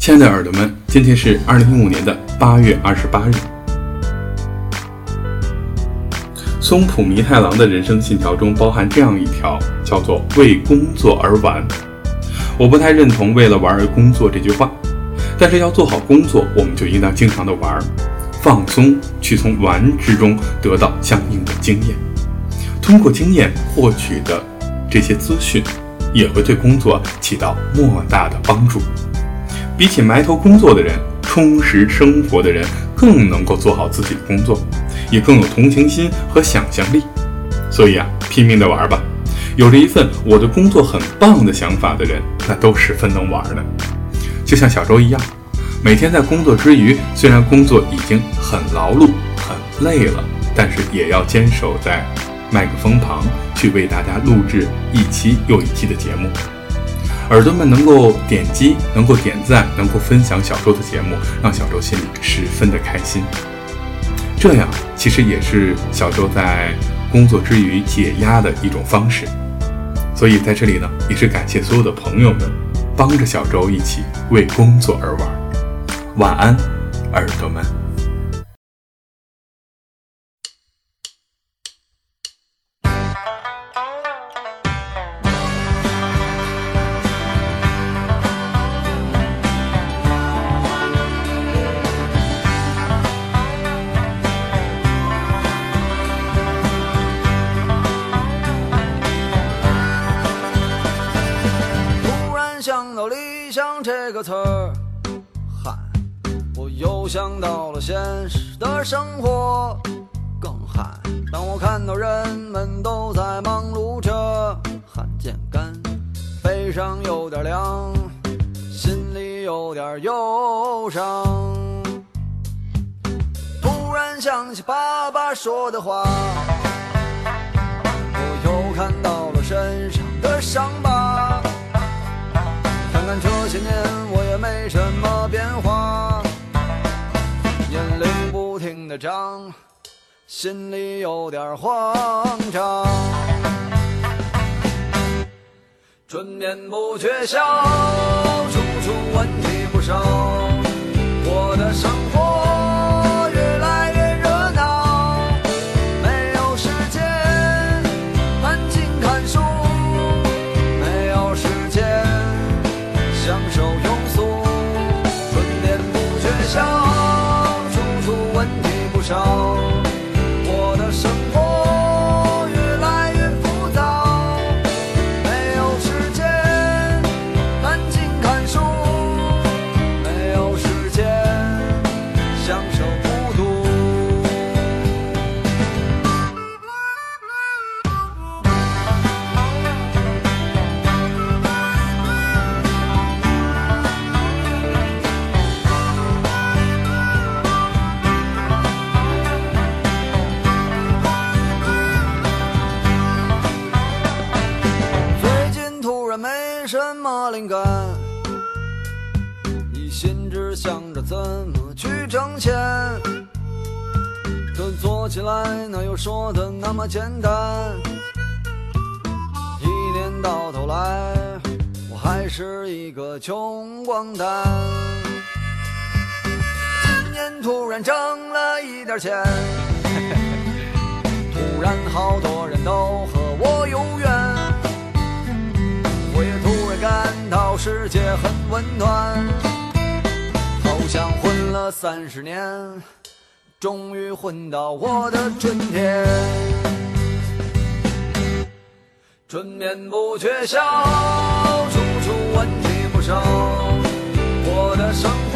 亲爱的耳朵们，今天是2015年的8月28日。松浦弥太郎的人生信条中包含这样一条，叫做为工作而玩。我不太认同为了玩而工作这句话，但是要做好工作，我们就应当经常的玩，放松，去从玩之中得到相应的经验。通过经验获取的这些资讯，也会对工作起到莫大的帮助。比起埋头工作的人，充实生活的人更能够做好自己的工作，也更有同情心和想象力。所以拼命的玩吧。有着一份我的工作很棒的想法的人，那都十分能玩的。就像小周一样，每天在工作之余，虽然工作已经很劳碌很累了，但是也要坚守在麦克风旁，去为大家录制一期又一期的节目。耳朵们能够点击，能够点赞，能够分享小周的节目，让小周心里十分的开心。这样其实也是小周在工作之余解压的一种方式。所以在这里呢，也是感谢所有的朋友们帮着小周一起为工作而玩。晚安，耳朵们。 想到理想这个词儿，嗨，我又想到了现实的生活，更嗨。当我看到人们都在忙碌着，汗渐干，背上有点凉，心里有点忧伤。突然想起爸爸说的话，我又看到了身上的伤疤。看看这些年我也没什么变化，年龄不停地长，心里有点慌张。春眠不觉晓，处处问题不少，我的生活越来越热闹，没有时间安静看书，没有时间享受庸俗，春眠不觉晓，处处问题不少，我的生活越来越浮躁，没有时间安静看书，没有时间享受孤独。没什么灵感，一心只想着怎么去挣钱，可做起来哪有说的那么简单，一年到头来我还是一个穷光蛋。今年突然挣了一点钱，突然好多人都和我有缘，我也突然感到世界很温暖，好像混了30年，终于混到我的春天。春眠不觉晓，处处问题不少，我的生活